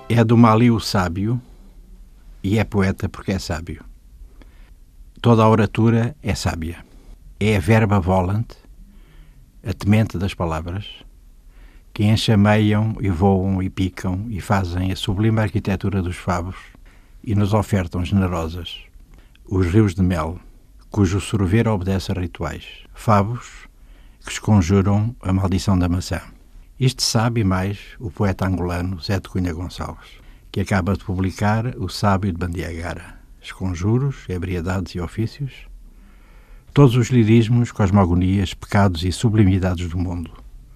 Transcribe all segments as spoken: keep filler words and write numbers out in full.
É do Mali o sábio e é poeta porque é sábio. Toda a oratura é sábia. É a verba volant, a temente das palavras, que enxameiam e voam e picam e fazem a sublime arquitetura dos favos e nos ofertam generosas os rios de mel, cujo sorver obedece a rituais, favos que esconjuram a maldição da maçã. Isto sabe mais o poeta angolano Zé de Cunha Gonçalves, que acaba de publicar O Sábio de Bandiagara, esconjuros, ebriedades e ofícios, todos os lirismos, cosmogonias, pecados e sublimidades do mundo.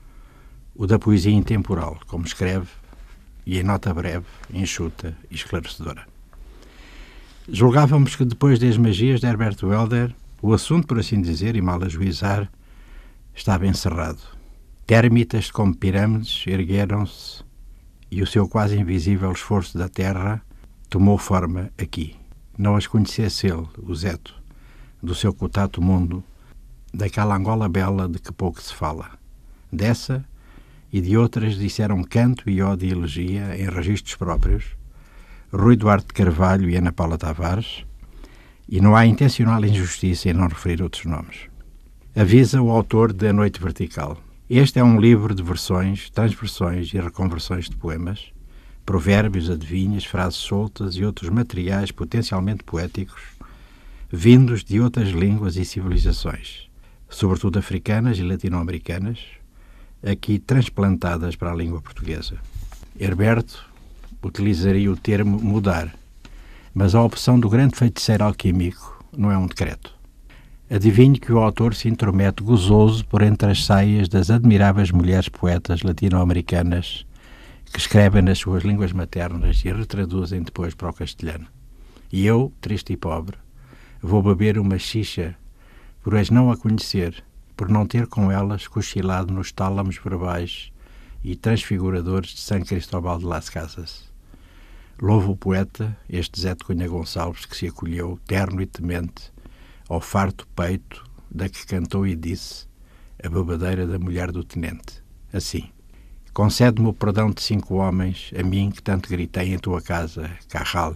O da poesia intemporal, como escreve, e em nota breve, enxuta e esclarecedora. Julgávamos que depois das magias de Herbert Welder, o assunto, por assim dizer, e mal ajuizar, estava encerrado. Térmitas como pirâmides ergueram-se e o seu quase invisível esforço da terra tomou forma aqui. Não as conhecesse ele, o Zeto, do seu cotato mundo, daquela Angola bela de que pouco se fala. Dessa e de outras disseram canto e ódio e elegia em registros próprios Rui Duarte de Carvalho e Ana Paula Tavares, e não há intencional injustiça em não referir outros nomes. Avisa o autor de A Noite Vertical. Este é um livro de versões, transversões e reconversões de poemas, provérbios, adivinhas, frases soltas e outros materiais potencialmente poéticos, vindos de outras línguas e civilizações, sobretudo africanas e latino-americanas, aqui transplantadas para a língua portuguesa. Herberto utilizaria o termo mudar, mas a opção do grande feiticeiro alquímico não é um decreto. Adivinhe que o autor se intromete gozoso por entre as saias das admiráveis mulheres poetas latino-americanas que escrevem nas suas línguas maternas e retraduzem depois para o castelhano. E eu, triste e pobre, vou beber uma xixa por as não a conhecer, por não ter com elas cochilado nos tálamos verbais e transfiguradores de São Cristóbal de Las Casas. Louvo o poeta, este Zé de Cunha Gonçalves, que se acolheu, terno e temente, ao farto peito da que cantou e disse a babadeira da mulher do tenente. Assim: concede-me o perdão de cinco homens, a mim que tanto gritei em tua casa, Carral.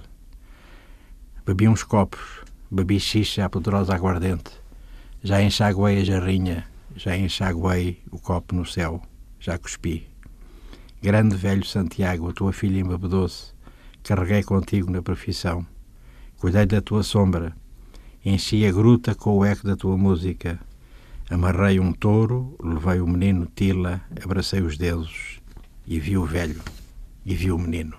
Bebi uns copos, bebi xixa à poderosa aguardente, já enxaguei a jarrinha, já enxaguei o copo no céu, já cuspi. Grande velho Santiago, a tua filha embebedou-se, carreguei contigo na profissão, cuidei da tua sombra, enchi a gruta com o eco da tua música, amarrei um touro, levei o menino Tila, abracei os dedos e vi o velho, e vi o menino.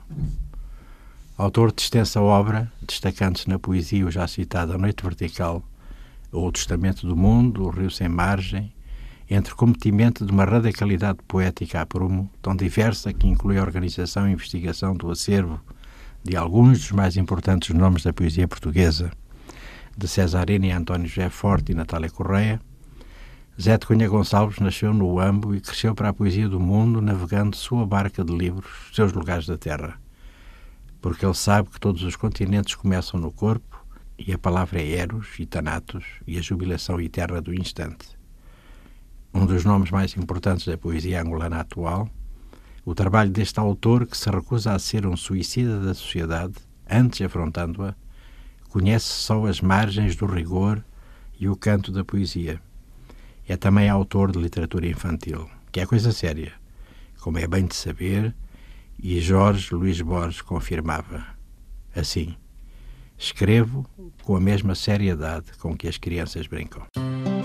Autor de extensa obra, destacando-se na poesia o já citado A Noite Vertical, ou O Testamento do Mundo, O Rio Sem Margem, entre cometimento de uma radicalidade poética a prumo, tão diversa que inclui a organização e investigação do acervo de alguns dos mais importantes nomes da poesia portuguesa, de Cesarina e António José Forte e Natália Correia, Zé de Cunha Gonçalves nasceu no Uambo e cresceu para a poesia do mundo navegando sua barca de livros, seus lugares da terra, porque ele sabe que todos os continentes começam no corpo e a palavra é Eros e Thanatos e a jubilação eterna do instante. Um dos nomes mais importantes da poesia angolana atual, o trabalho deste autor que se recusa a ser um suicida da sociedade, antes afrontando-a, conhece só as margens do rigor e o canto da poesia. É também autor de literatura infantil, que é coisa séria, como é bem de saber, e Jorge Luís Borges confirmava. Assim: escrevo com a mesma seriedade com que as crianças brincam.